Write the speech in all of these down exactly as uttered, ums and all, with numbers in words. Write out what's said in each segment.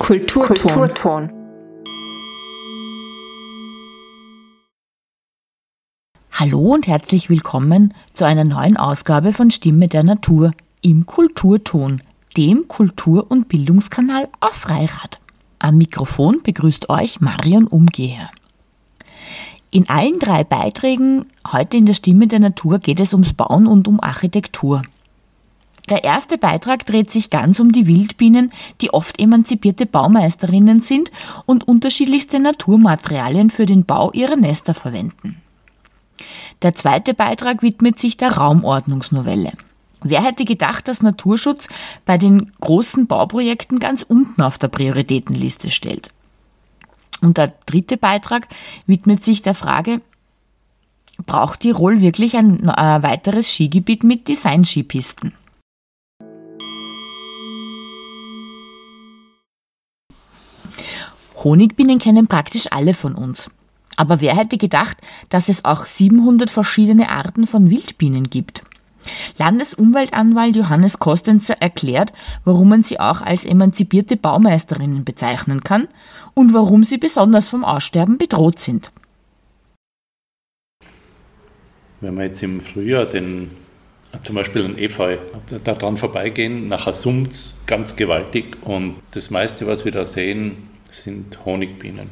Kulturton. Kulturton. Hallo und herzlich willkommen zu einer neuen Ausgabe von Stimme der Natur im Kulturton, dem Kultur- und Bildungskanal auf Freirad. Am Mikrofon begrüßt euch Marion Umgeher. In allen drei Beiträgen heute in der Stimme der Natur geht es ums Bauen und um Architektur. Der erste Beitrag dreht sich ganz um die Wildbienen, die oft emanzipierte Baumeisterinnen sind und unterschiedlichste Naturmaterialien für den Bau ihrer Nester verwenden. Der zweite Beitrag widmet sich der Raumordnungsnovelle. Wer hätte gedacht, dass Naturschutz bei den großen Bauprojekten ganz unten auf der Prioritätenliste steht? Und der dritte Beitrag widmet sich der Frage, braucht Tirol wirklich ein, ein weiteres Skigebiet mit Design-Skipisten? Honigbienen kennen praktisch alle von uns. Aber wer hätte gedacht, dass es auch siebenhundert verschiedene Arten von Wildbienen gibt? Landesumweltanwalt Johannes Kostenzer erklärt, warum man sie auch als emanzipierte Baumeisterinnen bezeichnen kann und warum sie besonders vom Aussterben bedroht sind. Wenn wir jetzt im Frühjahr den, zum Beispiel ein Efeu, da dran vorbeigehen, nachher summt es ganz gewaltig und das meiste, was wir da sehen, sind Honigbienen.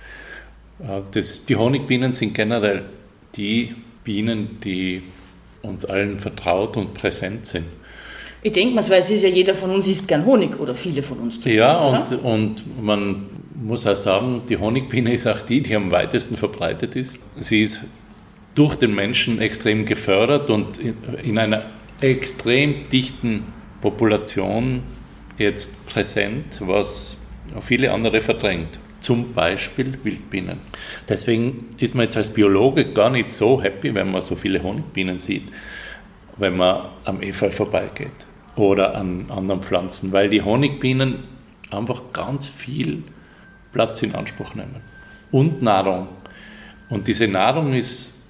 Das, die Honigbienen sind generell die Bienen, die uns allen vertraut und präsent sind. Ich denke mal, weil es ist ja jeder von uns isst gern Honig oder viele von uns zumindest, Ja, und, oder? und man muss auch sagen, die Honigbiene ist auch die, die am weitesten verbreitet ist. Sie ist durch den Menschen extrem gefördert und in, in einer extrem dichten Population jetzt präsent, was viele andere verdrängt. Zum Beispiel Wildbienen. Deswegen ist man jetzt als Biologe gar nicht so happy, wenn man so viele Honigbienen sieht, wenn man am Efeu vorbeigeht oder an anderen Pflanzen, weil die Honigbienen einfach ganz viel Platz in Anspruch nehmen und Nahrung. Und diese Nahrung ist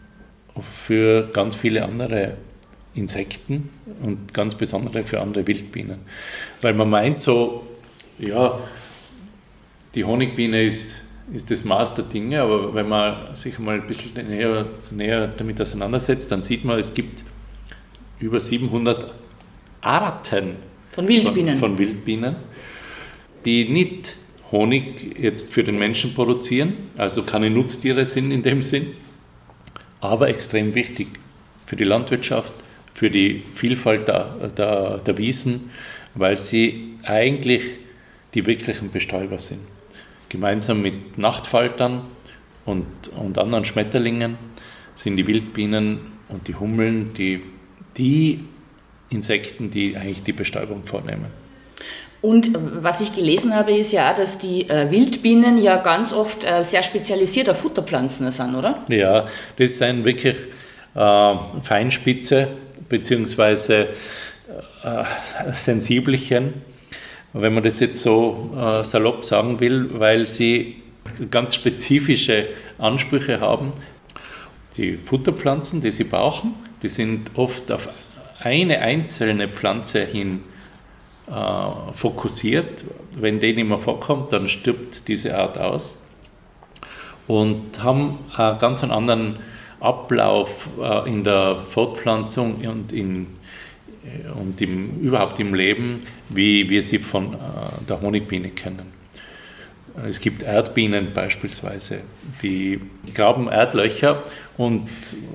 für ganz viele andere Insekten und ganz besondere für andere Wildbienen. Weil man meint so, ja, die Honigbiene ist, ist das Maß der Dinge, aber wenn man sich mal ein bisschen näher, näher damit auseinandersetzt, dann sieht man, es gibt über siebenhundert Arten Von Wildbienen. Von, von Wildbienen, die nicht Honig jetzt für den Menschen produzieren, also keine Nutztiere sind in dem Sinn, aber extrem wichtig für die Landwirtschaft, für die Vielfalt der, der, der Wiesen, weil sie eigentlich die wirklichen Bestäuber sind. Gemeinsam mit Nachtfaltern und, und anderen Schmetterlingen sind die Wildbienen und die Hummeln die, die Insekten, die eigentlich die Bestäubung vornehmen. Und was ich gelesen habe, ist ja auch, dass die äh, Wildbienen ja ganz oft äh, sehr spezialisiert auf Futterpflanzen sind, oder? Ja, das sind wirklich äh, Feinspitze bzw. Äh, Sensibelchen, wenn man das jetzt so äh, salopp sagen will, weil sie ganz spezifische Ansprüche haben. Die Futterpflanzen, die sie brauchen, die sind oft auf eine einzelne Pflanze hin äh, fokussiert. Wenn die nicht mehr vorkommt, dann stirbt diese Art aus und haben einen ganz anderen Ablauf äh, in der Fortpflanzung und in und im, überhaupt im Leben, wie wir sie von äh, der Honigbiene kennen. Es gibt Erdbienen beispielsweise, die graben Erdlöcher und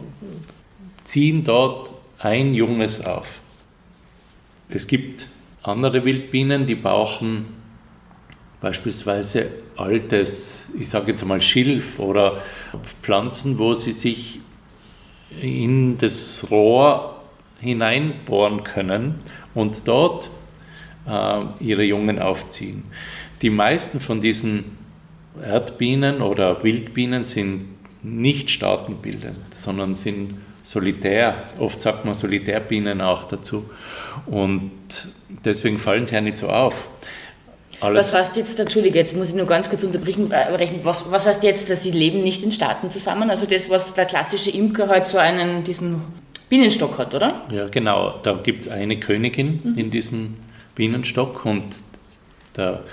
ziehen dort ein Junges auf. Es gibt andere Wildbienen, die brauchen beispielsweise altes, ich sage jetzt einmal Schilf oder Pflanzen, wo sie sich in das Rohr hineinbohren können und dort äh, ihre Jungen aufziehen. Die meisten von diesen Erdbienen oder Wildbienen sind nicht staatenbildend, sondern sind solitär. Oft sagt man Solitärbienen auch dazu. Und deswegen fallen sie ja nicht so auf. Alles was heißt jetzt, Entschuldige, jetzt muss ich nur ganz kurz unterbrechen, äh, was, was heißt jetzt, dass sie leben nicht in Staaten zusammen? Also das, was der klassische Imker halt so einen, diesen Bienenstock hat, oder? Ja, genau. Da gibt es eine Königin mhm. in diesem Bienenstock und der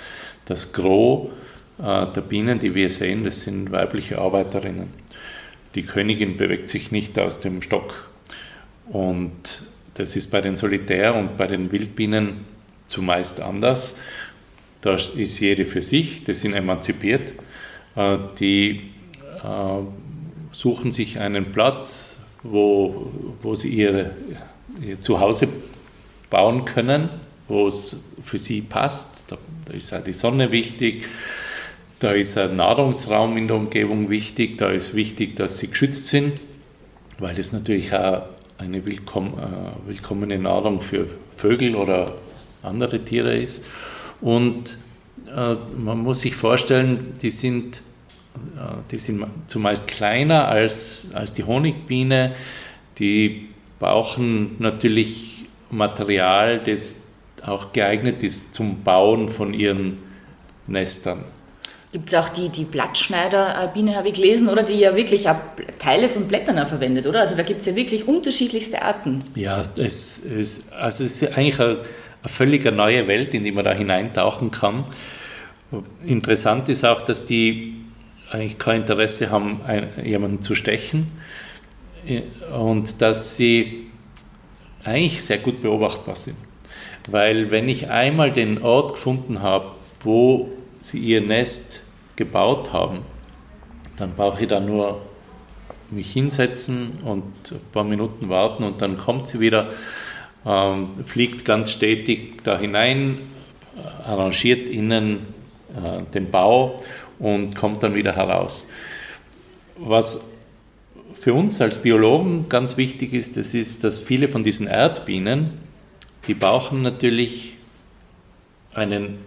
das Gros äh, der Bienen, die wir sehen, das sind weibliche Arbeiterinnen. Die Königin bewegt sich nicht aus dem Stock. Und das ist bei den Solitär- und bei den Wildbienen zumeist anders. Da ist jede für sich, die sind emanzipiert. Äh, die äh, suchen sich einen Platz, wo, wo sie ihre, ihr Zuhause bauen können, wo es für sie passt. Da, da ist auch die Sonne wichtig, da ist ein Nahrungsraum in der Umgebung wichtig, da ist wichtig, dass sie geschützt sind, weil das natürlich auch eine willkomm, äh, willkommene Nahrung für Vögel oder andere Tiere ist. Und äh, man muss sich vorstellen, die sind, äh, die sind zumeist kleiner als, als die Honigbiene, die brauchen natürlich Material, das auch geeignet ist zum Bauen von ihren Nestern. Gibt es auch die, die Blattschneiderbiene, habe ich gelesen, oder die ja wirklich auch Teile von Blättern auch verwendet, oder? Also da gibt es ja wirklich unterschiedlichste Arten. Ja, es ist, also es ist eigentlich eine, eine völlig neue Welt, in die man da hineintauchen kann. Interessant ist auch, dass die eigentlich kein Interesse haben, jemanden zu stechen und dass sie eigentlich sehr gut beobachtbar sind. Weil wenn ich einmal den Ort gefunden habe, wo sie ihr Nest gebaut haben, dann brauche ich da nur mich hinsetzen und ein paar Minuten warten und dann kommt sie wieder, ähm, fliegt ganz stetig da hinein, arrangiert innen äh, den Bau und kommt dann wieder heraus. Was für uns als Biologen ganz wichtig ist, das ist, dass viele von diesen Erdbienen, die brauchen natürlich einen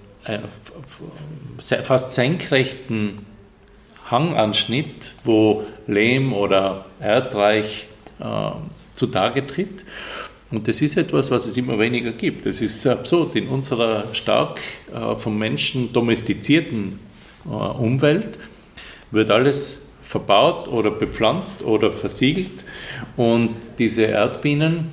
fast senkrechten Hanganschnitt, wo Lehm oder Erdreich äh, zutage tritt. Und das ist etwas, was es immer weniger gibt. Das ist absurd. In unserer stark äh, vom Menschen domestizierten äh, Umwelt wird alles verbaut oder bepflanzt oder versiegelt. Und diese Erdbienen,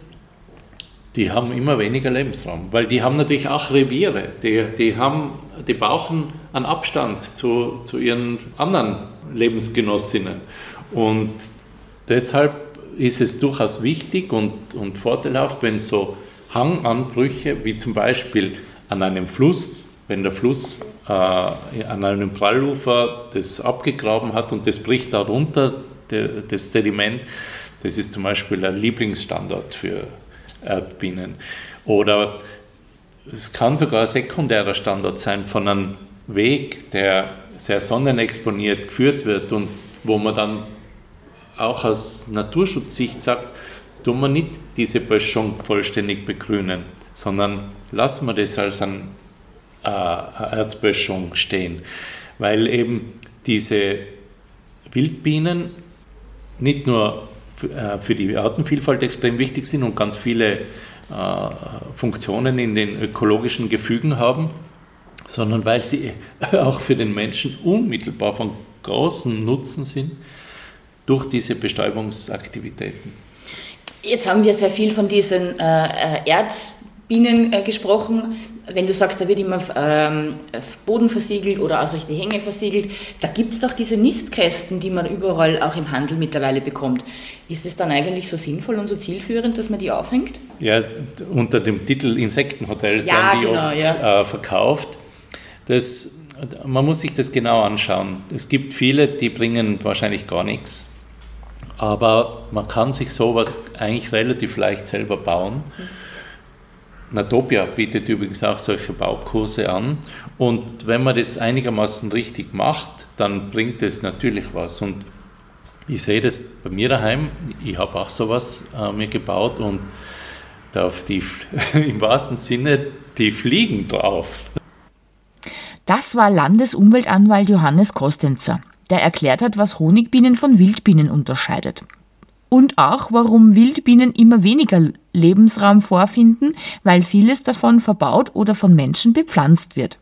die haben immer weniger Lebensraum, weil die haben natürlich auch Reviere, die, die, haben, die brauchen einen Abstand zu, zu ihren anderen Lebensgenossinnen. Und deshalb ist es durchaus wichtig und, und vorteilhaft, wenn so Hanganbrüche, wie zum Beispiel an einem Fluss, wenn der Fluss äh, an einem Prallufer das abgegraben hat und das bricht da runter, de, das Sediment, das ist zum Beispiel ein Lieblingsstandort für Erdbienen. Oder es kann sogar ein sekundärer Standort sein von einem Weg, der sehr sonnenexponiert geführt wird und wo man dann auch aus Naturschutzsicht sagt, tun wir nicht diese Böschung vollständig begrünen, sondern lassen wir das als eine äh, Erdböschung stehen, weil eben diese Wildbienen nicht nur für die Artenvielfalt extrem wichtig sind und ganz viele äh, Funktionen in den ökologischen Gefügen haben, sondern weil sie auch für den Menschen unmittelbar von großem Nutzen sind durch diese Bestäubungsaktivitäten. Jetzt haben wir sehr viel von diesen äh, Erdbienen äh, gesprochen. Wenn du sagst, da wird immer ähm, Boden versiegelt oder auch solche Hänge versiegelt, da gibt es doch diese Nistkästen, die man überall auch im Handel mittlerweile bekommt. Ist es dann eigentlich so sinnvoll und so zielführend, dass man die aufhängt? Ja, unter dem Titel Insektenhotels ja, werden die genau, oft ja. äh, verkauft. Das, man muss sich das genau anschauen. Es gibt viele, die bringen wahrscheinlich gar nichts, aber man kann sich sowas eigentlich relativ leicht selber bauen. Mhm. Natopia bietet übrigens auch solche Baukurse an und wenn man das einigermaßen richtig macht, dann bringt es natürlich was und ich sehe das bei mir daheim, ich habe auch sowas äh, mir gebaut und auf die, im wahrsten Sinne, die fliegen drauf. Das war Landesumweltanwalt Johannes Kostenzer, der erklärt hat, was Honigbienen von Wildbienen unterscheidet. Und auch, warum Wildbienen immer weniger Lebensraum vorfinden, weil vieles davon verbaut oder von Menschen bepflanzt wird.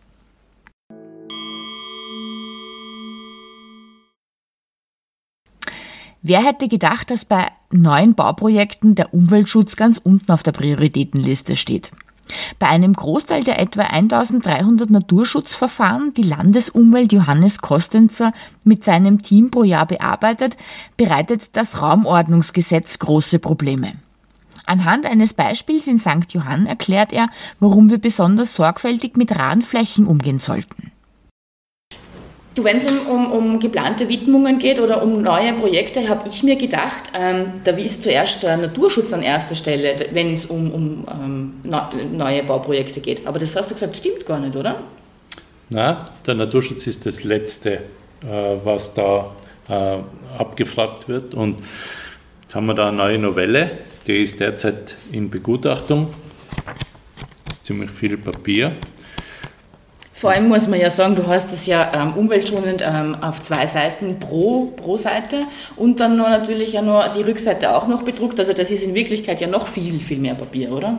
Wer hätte gedacht, dass bei neuen Bauprojekten der Umweltschutz ganz unten auf der Prioritätenliste steht? Bei einem Großteil der etwa eintausenddreihundert Naturschutzverfahren, die Landesumwelt Johannes Kostenzer mit seinem Team pro Jahr bearbeitet, bereitet das Raumordnungsgesetz große Probleme. Anhand eines Beispiels in Sankt Johann erklärt er, warum wir besonders sorgfältig mit raren Flächen umgehen sollten. Du, wenn es um, um, um geplante Widmungen geht oder um neue Projekte, habe ich mir gedacht, ähm, da ist zuerst der Naturschutz an erster Stelle, wenn es um, um ähm, neue Bauprojekte geht. Aber das hast du gesagt, stimmt gar nicht, oder? Na, der Naturschutz ist das Letzte, äh, was da äh, abgefragt wird. Und jetzt haben wir da eine neue Novelle, die ist derzeit in Begutachtung. Das ist ziemlich viel Papier. Vor allem muss man ja sagen, du hast es ja ähm, umweltschonend ähm, auf zwei Seiten pro, pro Seite und dann noch natürlich ja noch die Rückseite auch noch bedruckt. Also das ist in Wirklichkeit ja noch viel, viel mehr Papier, oder?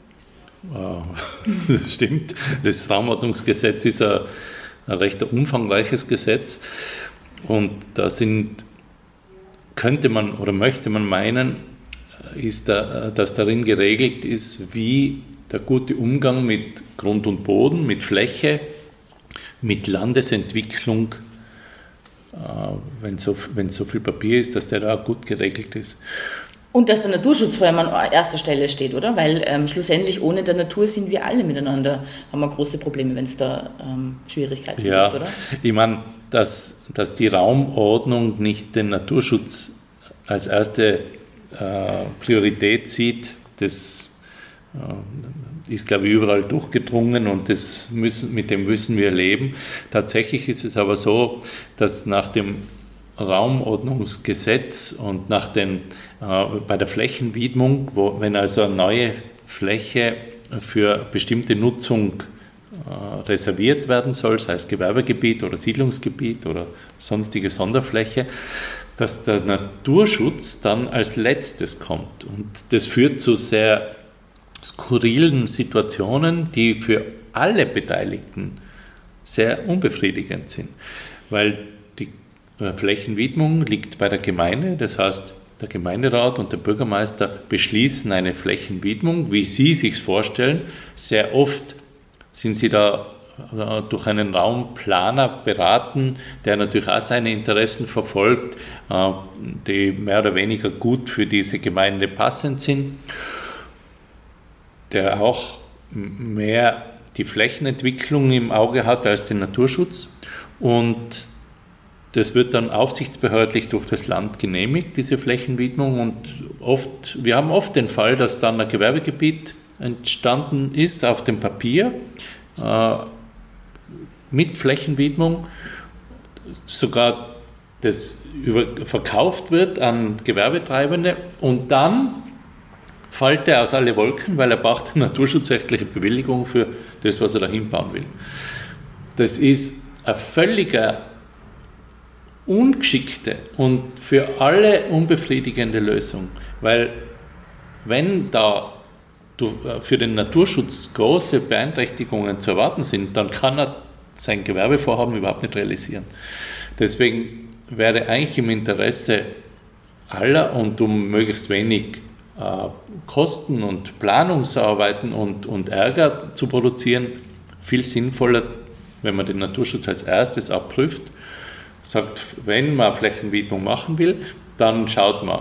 Das stimmt. Das Raumordnungsgesetz ist ein, ein recht umfangreiches Gesetz und da sind, könnte man oder möchte man meinen, ist da, dass darin geregelt ist, wie der gute Umgang mit Grund und Boden, mit Fläche, mit Landesentwicklung, äh, wenn so, wenn so viel Papier ist, dass der da gut geregelt ist. Und dass der Naturschutz vor allem an erster Stelle steht, oder? Weil ähm, schlussendlich ohne der Natur sind wir alle miteinander, haben wir große Probleme, wenn es da ähm, Schwierigkeiten ja, gibt, oder? Ich meine, dass, dass die Raumordnung nicht den Naturschutz als erste äh, Priorität sieht, das ist, glaube ich, überall durchgedrungen und das müssen, mit dem müssen wir leben. Tatsächlich ist es aber so, dass nach dem Raumordnungsgesetz und nach den, äh, bei der Flächenwidmung, wo, wenn also eine neue Fläche für bestimmte Nutzung äh, reserviert werden soll, sei es Gewerbegebiet oder Siedlungsgebiet oder sonstige Sonderfläche, dass der Naturschutz dann als letztes kommt. Und das führt zu sehr skurrilen Situationen, die für alle Beteiligten sehr unbefriedigend sind, weil die Flächenwidmung liegt bei der Gemeinde, das heißt, der Gemeinderat und der Bürgermeister beschließen eine Flächenwidmung, wie sie sich vorstellen. Sehr oft sind sie da durch einen Raumplaner beraten, der natürlich auch seine Interessen verfolgt, die mehr oder weniger gut für diese Gemeinde passend sind, der auch mehr die Flächenentwicklung im Auge hat als den Naturschutz. Und das wird dann aufsichtsbehördlich durch das Land genehmigt, diese Flächenwidmung. Und oft, wir haben oft den Fall, dass dann ein Gewerbegebiet entstanden ist auf dem Papier äh, mit Flächenwidmung, sogar das über, verkauft wird an Gewerbetreibende und dann fällt er aus alle Wolken, weil er braucht eine naturschutzrechtliche Bewilligung für das, was er da hinbauen will. Das ist eine völlige ungeschickte und für alle unbefriedigende Lösung, weil wenn da für den Naturschutz große Beeinträchtigungen zu erwarten sind, dann kann er sein Gewerbevorhaben überhaupt nicht realisieren. Deswegen wäre eigentlich im Interesse aller und um möglichst wenig Kosten und Planungsarbeiten und, und Ärger zu produzieren, viel sinnvoller, wenn man den Naturschutz als erstes abprüft, sagt, wenn man Flächenwidmung machen will, dann schaut man,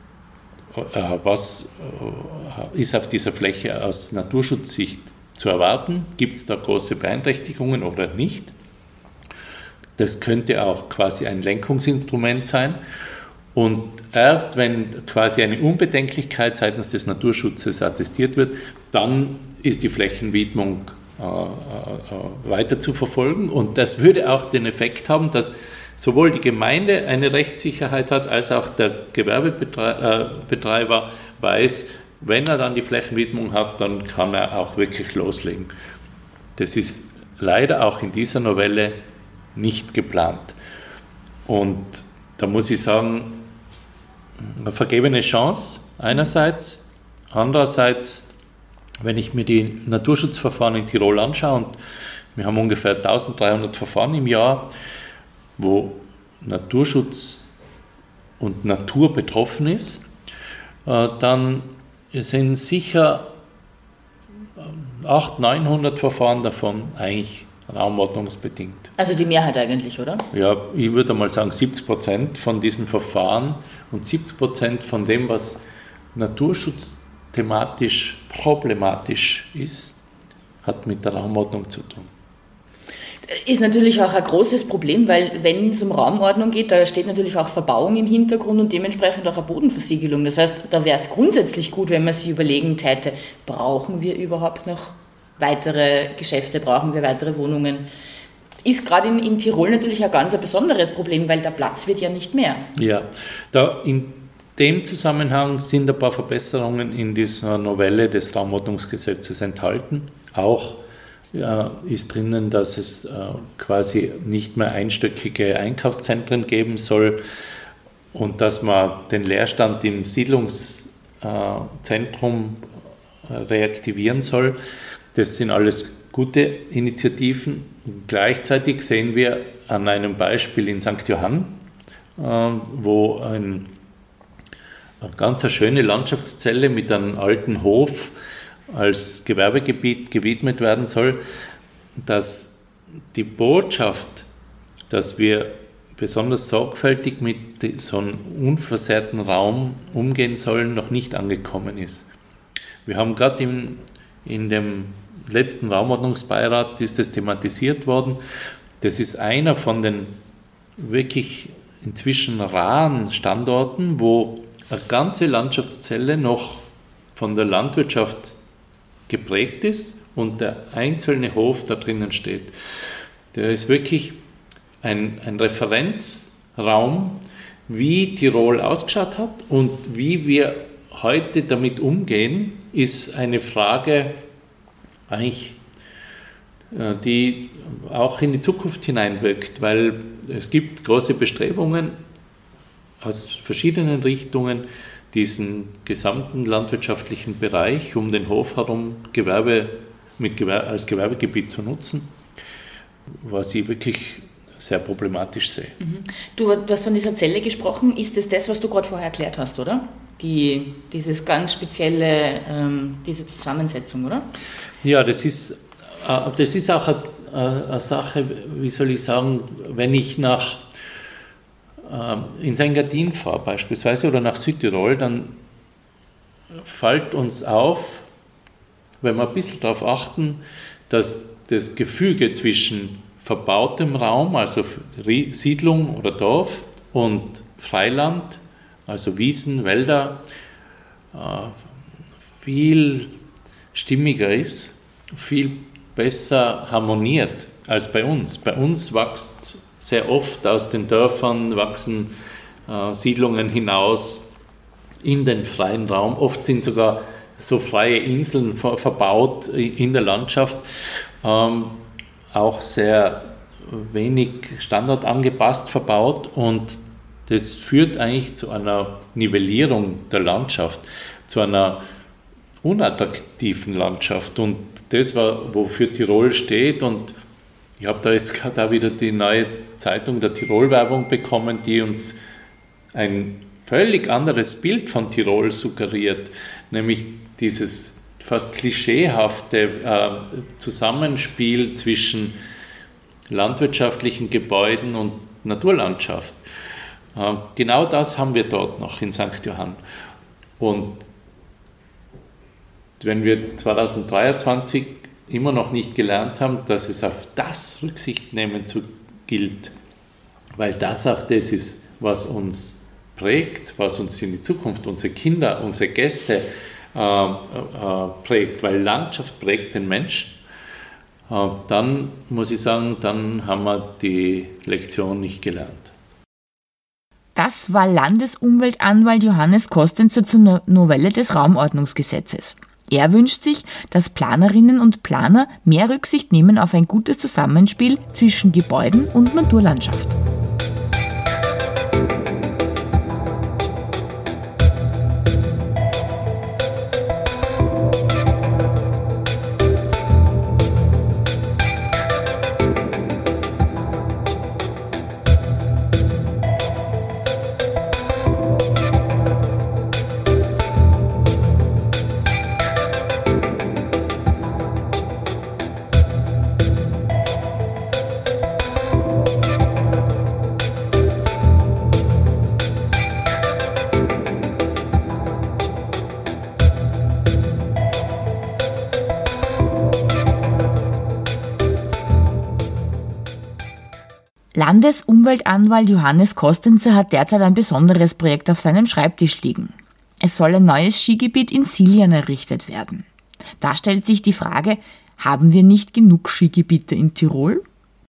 was ist auf dieser Fläche aus Naturschutzsicht zu erwarten, gibt es da große Beeinträchtigungen oder nicht. Das könnte auch quasi ein Lenkungsinstrument sein. Und erst wenn quasi eine Unbedenklichkeit seitens des Naturschutzes attestiert wird, dann ist die Flächenwidmung äh, äh, weiter zu verfolgen. Und das würde auch den Effekt haben, dass sowohl die Gemeinde eine Rechtssicherheit hat, als auch der Gewerbebetreiber weiß, wenn er dann die Flächenwidmung hat, dann kann er auch wirklich loslegen. Das ist leider auch in dieser Novelle nicht geplant. Und da muss ich sagen, eine vergebene Chance einerseits, andererseits, wenn ich mir die Naturschutzverfahren in Tirol anschaue, und wir haben ungefähr eintausenddreihundert Verfahren im Jahr, wo Naturschutz und Natur betroffen ist, dann sind sicher achthundert, neunhundert Verfahren davon eigentlich raumordnungsbedingt. Also die Mehrheit eigentlich, oder? Ja, ich würde mal sagen, siebzig Prozent von diesen Verfahren und siebzig Prozent von dem, was naturschutzthematisch problematisch ist, hat mit der Raumordnung zu tun. Ist natürlich auch ein großes Problem, weil wenn es um Raumordnung geht, da steht natürlich auch Verbauung im Hintergrund und dementsprechend auch eine Bodenversiegelung. Das heißt, da wäre es grundsätzlich gut, wenn man sich überlegen täte, brauchen wir überhaupt noch weitere Geschäfte, brauchen wir weitere Wohnungen? Ist gerade in, in Tirol natürlich ein ganz ein besonderes Problem, weil der Platz wird ja nicht mehr. Ja, da in dem Zusammenhang sind ein paar Verbesserungen in dieser Novelle des Raumordnungsgesetzes enthalten. Auch ja, ist drinnen, dass es äh, quasi nicht mehr einstöckige Einkaufszentren geben soll und dass man den Leerstand im Siedlungszentrum äh, reaktivieren soll. Das sind alles gute Initiativen. Gleichzeitig sehen wir an einem Beispiel in Sankt Johann, äh, wo ein, eine ganz schöne Landschaftszelle mit einem alten Hof als Gewerbegebiet gewidmet werden soll, dass die Botschaft, dass wir besonders sorgfältig mit so einem unversehrten Raum umgehen sollen, noch nicht angekommen ist. Wir haben gerade in, in dem letzten Raumordnungsbeirat ist das thematisiert worden. Das ist einer von den wirklich inzwischen raren Standorten, wo eine ganze Landschaftszelle noch von der Landwirtschaft geprägt ist und der einzelne Hof da drinnen steht. Der ist wirklich ein, ein Referenzraum, wie Tirol ausgeschaut hat und wie wir heute damit umgehen, ist eine Frage eigentlich, die auch in die Zukunft hineinwirkt, weil es gibt große Bestrebungen aus verschiedenen Richtungen, diesen gesamten landwirtschaftlichen Bereich um den Hof herum Gewerbe, mit Gewerbe, als Gewerbegebiet zu nutzen, was ich wirklich sehr problematisch sehe. Du, du hast von dieser Zelle gesprochen. Ist das das, was du gerade vorher erklärt hast, oder? Die, dieses ganz spezielle, ähm, diese Zusammensetzung, oder? Ja, das ist, äh, das ist auch eine, eine Sache, wie soll ich sagen, wenn ich nach in Engadin fahre beispielsweise oder nach Südtirol, dann fällt uns auf, wenn wir ein bisschen darauf achten, dass das Gefüge zwischen verbautem Raum, also Siedlung oder Dorf, und Freiland, also Wiesen, Wälder, viel stimmiger ist, viel besser harmoniert als bei uns. Bei uns wächst sehr oft aus den Dörfern wachsen äh, Siedlungen hinaus in den freien Raum. Oft sind sogar so freie Inseln ver- verbaut in der Landschaft, ähm, auch sehr wenig standardangepasst verbaut, und das führt eigentlich zu einer Nivellierung der Landschaft, zu einer unattraktiven Landschaft, und das war, wofür Tirol steht. Und ich habe da jetzt gerade auch wieder die neue Zeitung der Tirol-Werbung bekommen, die uns ein völlig anderes Bild von Tirol suggeriert, nämlich dieses fast klischeehafte äh, Zusammenspiel zwischen landwirtschaftlichen Gebäuden und Naturlandschaft. Äh, genau das haben wir dort noch in Sankt Johann. Und wenn wir zweitausenddreiundzwanzig immer noch nicht gelernt haben, dass es auf das Rücksicht nehmen zu gilt, weil das auch das ist, was uns prägt, was uns in die Zukunft, unsere Kinder, unsere Gäste äh, äh, prägt, weil Landschaft prägt den Menschen, äh, dann muss ich sagen, dann haben wir die Lektion nicht gelernt. Das war Landesumweltanwalt Johannes Kostenzer zur Novelle des Raumordnungsgesetzes. Er wünscht sich, dass Planerinnen und Planer mehr Rücksicht nehmen auf ein gutes Zusammenspiel zwischen Gebäuden und Naturlandschaft. Landesumweltanwalt Johannes Kostenzer hat derzeit ein besonderes Projekt auf seinem Schreibtisch liegen. Es soll ein neues Skigebiet in Siljan errichtet werden. Da stellt sich die Frage, haben wir nicht genug Skigebiete in Tirol?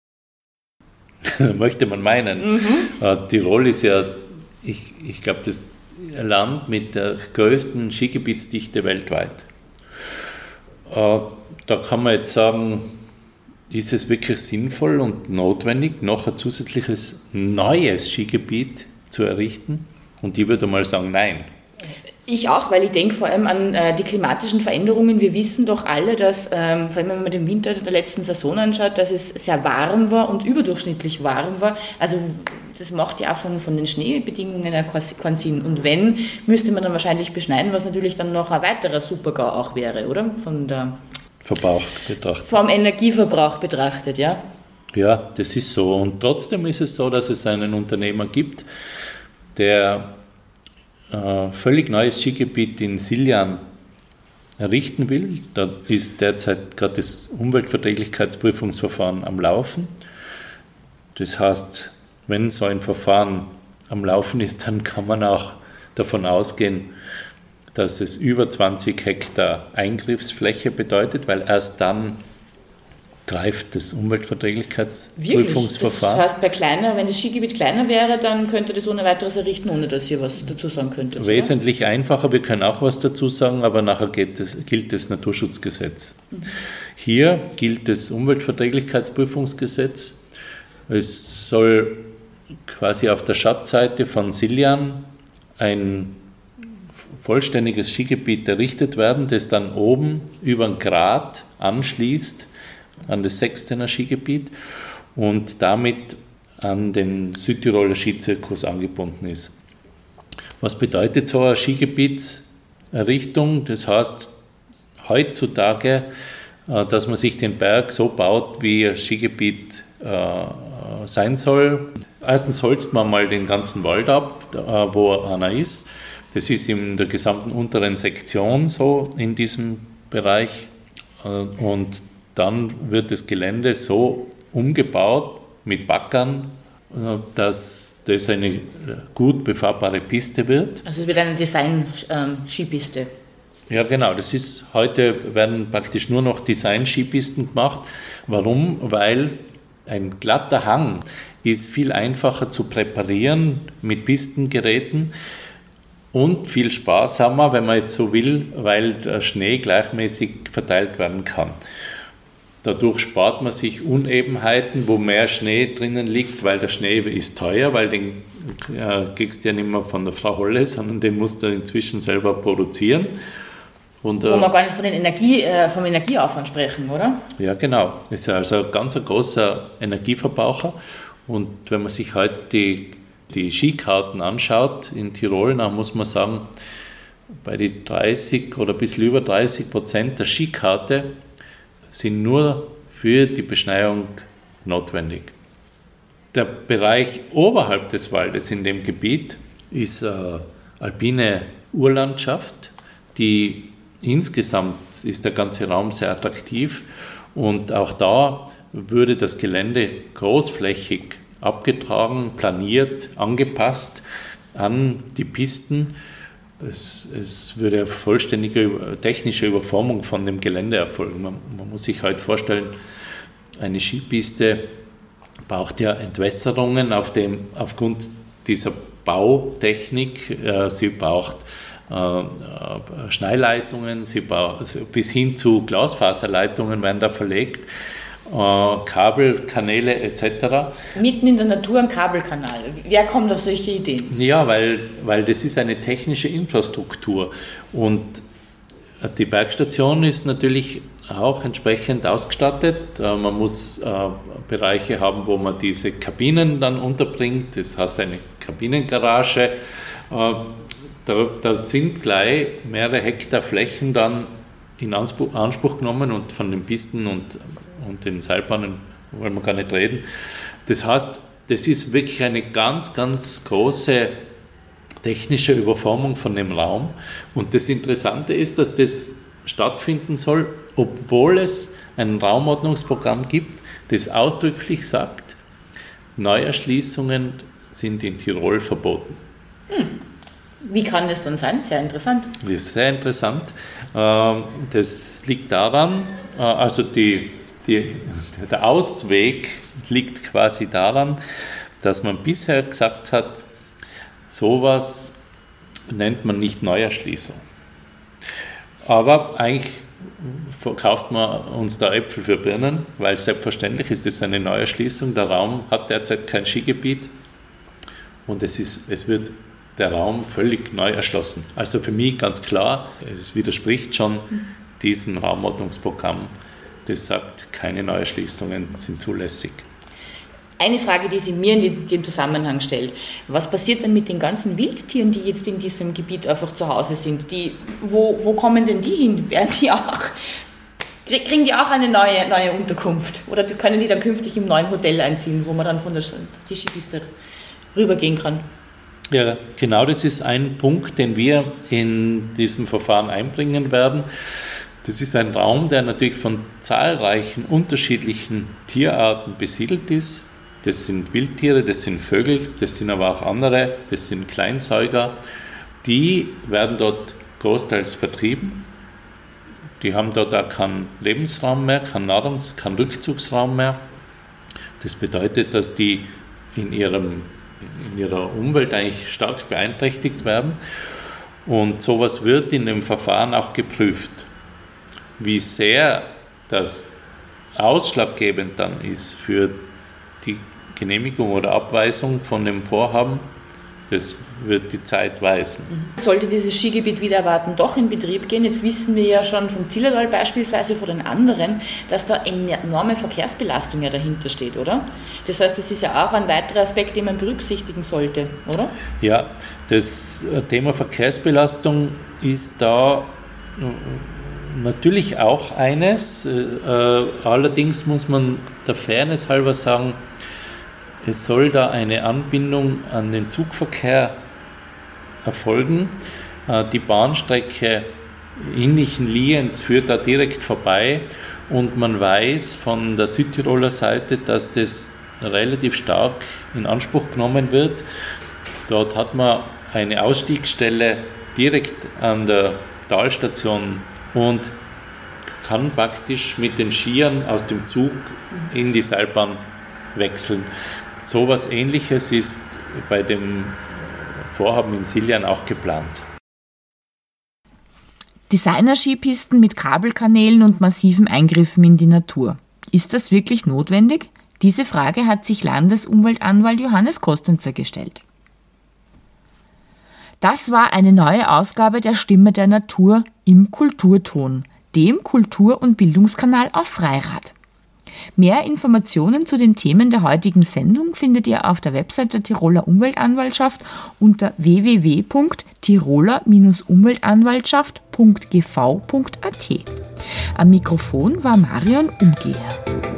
Möchte man meinen. Mhm. Tirol ist ja, ich, ich glaube, das Land mit der größten Skigebietsdichte weltweit. Da kann man jetzt sagen, ist es wirklich sinnvoll und notwendig, noch ein zusätzliches neues Skigebiet zu errichten? Und ich würde mal sagen, nein. Ich auch, weil ich denke vor allem an äh, die klimatischen Veränderungen. Wir wissen doch alle, dass, ähm, vor allem wenn man den Winter der letzten Saison anschaut, dass es sehr warm war und überdurchschnittlich warm war. Also das macht ja auch von, von den Schneebedingungen keinen Sinn. Und wenn, müsste man dann wahrscheinlich beschneiden, was natürlich dann noch ein weiterer Super-GAU auch wäre, oder? Von der Verbrauch betrachtet. Vom Energieverbrauch betrachtet, ja? Ja, das ist so. Und trotzdem ist es so, dass es einen Unternehmer gibt, der äh, völlig neues Skigebiet in Siljan errichten will. Da ist derzeit gerade das Umweltverträglichkeitsprüfungsverfahren am Laufen. Das heißt, wenn so ein Verfahren am Laufen ist, dann kann man auch davon ausgehen, dass es über zwanzig Hektar Eingriffsfläche bedeutet, weil erst dann greift das Umweltverträglichkeitsprüfungsverfahren. Das heißt, bei kleiner, wenn das Skigebiet kleiner wäre, dann könnte das ohne weiteres errichten, ohne dass ihr was dazu sagen könntet. Wesentlich oder? Einfacher, wir können auch was dazu sagen, aber nachher geht das, gilt das Naturschutzgesetz. Mhm. Hier gilt das Umweltverträglichkeitsprüfungsgesetz. Es soll quasi auf der Schatzseite von Siljan ein vollständiges Skigebiet errichtet werden, das dann oben über den Grat anschließt an das Sechstener Skigebiet und damit an den Südtiroler Skizirkus angebunden ist. Was bedeutet so eine Skigebietserrichtung? Das heißt heutzutage, dass man sich den Berg so baut, wie ein Skigebiet äh, sein soll. Erstens holzt man mal den ganzen Wald ab, wo einer ist. Das ist in der gesamten unteren Sektion so in diesem Bereich. Und dann wird das Gelände so umgebaut mit Backern, dass das eine gut befahrbare Piste wird. Also es wird eine Design-Skipiste. Ja, genau. Das ist, heute werden praktisch nur noch Design-Skipisten gemacht. Warum? Weil ein glatter Hang ist viel einfacher zu präparieren mit Pistengeräten und viel sparsamer, wenn man jetzt so will, weil der Schnee gleichmäßig verteilt werden kann. Dadurch spart man sich Unebenheiten, wo mehr Schnee drinnen liegt, weil der Schnee ist teuer, weil den äh, kriegst du ja nicht mehr von der Frau Holle, sondern den musst du inzwischen selber produzieren. Und, wo wir gar nicht von den Energie, äh, vom Energieaufwand sprechen, oder? Ja, genau. Es ist also ein ganz großer Energieverbraucher. Und wenn man sich heute die, die Skikarten anschaut in Tirol, dann muss man sagen, bei den dreißig oder ein bisschen über dreißig Prozent der Skikarte sind nur für die Beschneiung notwendig. Der Bereich oberhalb des Waldes in dem Gebiet ist eine alpine Urlandschaft, die insgesamt ist der ganze Raum sehr attraktiv und auch da würde das Gelände großflächig abgetragen, planiert, angepasst an die Pisten. Es, es würde eine vollständige technische Überformung von dem Gelände erfolgen. Man, man muss sich halt vorstellen, eine Skipiste braucht ja Entwässerungen auf dem, aufgrund dieser Bautechnik. Äh, sie braucht äh, Schneileitungen, sie braucht, bis hin zu Glasfaserleitungen werden da verlegt. Kabelkanäle et cetera. Mitten in der Natur ein Kabelkanal. Wer kommt auf solche Ideen? Ja, weil, weil das ist eine technische Infrastruktur und die Bergstation ist natürlich auch entsprechend ausgestattet. Man muss äh, Bereiche haben, wo man diese Kabinen dann unterbringt. Das heißt eine Kabinengarage. Äh, da, da sind gleich mehrere Hektar Flächen dann in Anspruch, Anspruch genommen und von den Pisten und und den Seilbahnen wollen wir gar nicht reden. Das heißt, das ist wirklich eine ganz, ganz große technische Überformung von dem Raum. Und das Interessante ist, dass das stattfinden soll, obwohl es ein Raumordnungsprogramm gibt, das ausdrücklich sagt, Neuerschließungen sind in Tirol verboten. Hm. Wie kann das dann sein? Sehr interessant. Das ist sehr interessant. Das liegt daran, also die, die, der Ausweg liegt quasi daran, dass man bisher gesagt hat, sowas nennt man nicht Neuerschließung. Aber eigentlich verkauft man uns da Äpfel für Birnen, weil selbstverständlich ist es eine Neuerschließung. Der Raum hat derzeit kein Skigebiet und es, ist, es wird der Raum völlig neu erschlossen. Also für mich ganz klar, es widerspricht schon diesem Raumordnungsprogramm, das sagt, keine Neuerschließungen sind zulässig. Eine Frage, die sich mir in dem Zusammenhang stellt: Was passiert denn mit den ganzen Wildtieren, die jetzt in diesem Gebiet einfach zu Hause sind? Die, wo, wo kommen denn die hin? Werden die auch, kriegen die auch eine neue, neue Unterkunft? Oder können die dann künftig im neuen Hotel einziehen, wo man dann von der die Skipiste rübergehen kann? Ja, genau, das ist ein Punkt, den wir in diesem Verfahren einbringen werden. Das ist ein Raum, der natürlich von zahlreichen unterschiedlichen Tierarten besiedelt ist. Das sind Wildtiere, das sind Vögel, das sind aber auch andere, das sind Kleinsäuger. Die werden dort großteils vertrieben. Die haben dort auch keinen Lebensraum mehr, keinen Nahrungs-, keinen Rückzugsraum mehr. Das bedeutet, dass die in, ihrem, in ihrer Umwelt eigentlich stark beeinträchtigt werden. Und sowas wird in dem Verfahren auch geprüft. Wie sehr das ausschlaggebend dann ist für die Genehmigung oder Abweisung von dem Vorhaben, das wird die Zeit weisen. Sollte dieses Skigebiet wieder erwarten doch in Betrieb gehen, jetzt wissen wir ja schon vom Zillertal beispielsweise, von den anderen, dass da eine enorme Verkehrsbelastung ja dahinter steht, oder? Das heißt, das ist ja auch ein weiterer Aspekt, den man berücksichtigen sollte, oder? Ja, das Thema Verkehrsbelastung ist da natürlich auch eines, äh, allerdings muss man der Fairness halber sagen, es soll da eine Anbindung an den Zugverkehr erfolgen. Äh, die Bahnstrecke Innichen-Lienz führt da direkt vorbei und man weiß von der Südtiroler Seite, dass das relativ stark in Anspruch genommen wird. Dort hat man eine Ausstiegsstelle direkt an der Talstation und kann praktisch mit den Skiern aus dem Zug in die Seilbahn wechseln. So etwas Ähnliches ist bei dem Vorhaben in Siljan auch geplant. Designer-Skipisten mit Kabelkanälen und massiven Eingriffen in die Natur. Ist das wirklich notwendig? Diese Frage hat sich Landesumweltanwalt Johannes Kostenzer gestellt. Das war eine neue Ausgabe der Stimme der Natur im Kulturton, dem Kultur- und Bildungskanal auf Freirad. Mehr Informationen zu den Themen der heutigen Sendung findet ihr auf der Website der Tiroler Umweltanwaltschaft unter w w w punkt tiroler umweltanwaltschaft punkt g v punkt a t. Am Mikrofon war Marion Umgeher.